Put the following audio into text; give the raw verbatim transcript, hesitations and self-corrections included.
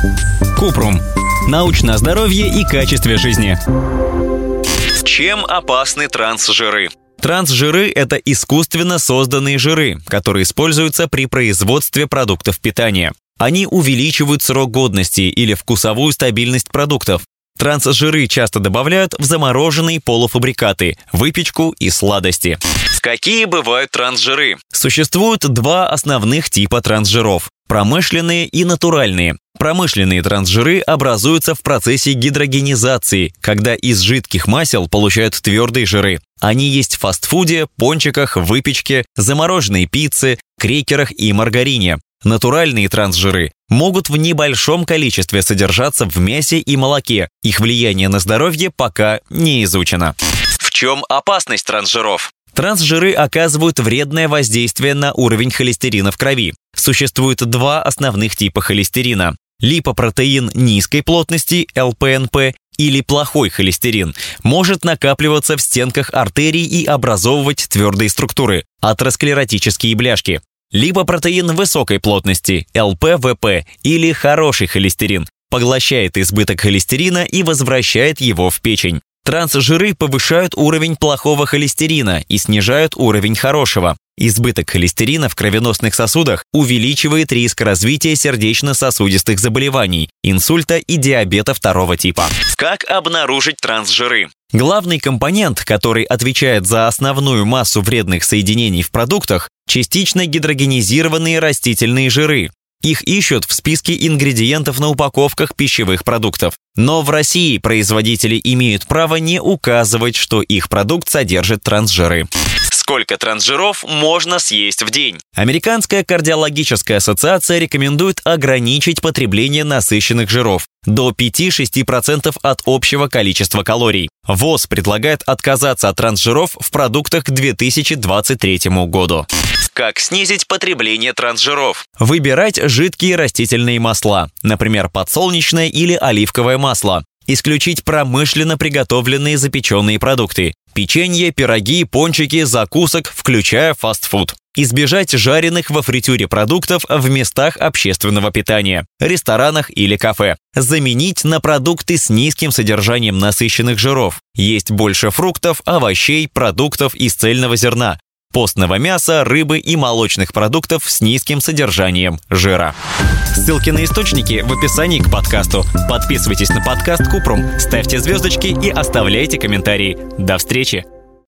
Купрум. Научное здоровье и качестве жизни. Чем опасны трансжиры? Трансжиры – это искусственно созданные жиры, которые используются при производстве продуктов питания. Они увеличивают срок годности или вкусовую стабильность продуктов. Трансжиры часто добавляют в замороженные полуфабрикаты, выпечку и сладости. Какие бывают трансжиры? Существует два основных типа трансжиров – промышленные и натуральные. Промышленные трансжиры образуются в процессе гидрогенизации, когда из жидких масел получают твердые жиры. Они есть в фастфуде, пончиках, выпечке, замороженной пицце, крекерах и маргарине. Натуральные трансжиры могут в небольшом количестве содержаться в мясе и молоке. Их влияние на здоровье пока не изучено. В чем опасность трансжиров? Трансжиры оказывают вредное воздействие на уровень холестерина в крови. Существует два основных типа холестерина. Липопротеин низкой плотности, эл пэ эн пэ, или плохой холестерин, может накапливаться в стенках артерий и образовывать твердые структуры – атеросклеротические бляшки. Липопротеин высокой плотности, эл пэ вэ пэ, или хороший холестерин, поглощает избыток холестерина и возвращает его в печень. Трансжиры повышают уровень плохого холестерина и снижают уровень хорошего. Избыток холестерина в кровеносных сосудах увеличивает риск развития сердечно-сосудистых заболеваний, инсульта и диабета второго типа. Как обнаружить трансжиры? Главный компонент, который отвечает за основную массу вредных соединений в продуктах, частично гидрогенизированные растительные жиры. Их ищут в списке ингредиентов на упаковках пищевых продуктов. Но в России производители имеют право не указывать, что их продукт содержит трансжиры. Сколько трансжиров можно съесть в день? Американская кардиологическая ассоциация рекомендует ограничить потребление насыщенных жиров до пяти-шести процентов от общего количества калорий. ВОЗ предлагает отказаться от трансжиров в продуктах к две тысячи двадцать третьему году. Как снизить потребление трансжиров? Выбирать жидкие растительные масла, например, подсолнечное или оливковое масло. Исключить промышленно приготовленные запеченные продукты – печенье, пироги, пончики, закусок, включая фастфуд. Избежать жареных во фритюре продуктов в местах общественного питания, ресторанах или кафе. Заменить на продукты с низким содержанием насыщенных жиров. Есть больше фруктов, овощей, продуктов из цельного зерна, постного мяса, рыбы и молочных продуктов с низким содержанием жира. Ссылки на источники в описании к подкасту. Подписывайтесь на подкаст Купрум, ставьте звездочки и оставляйте комментарии. До встречи!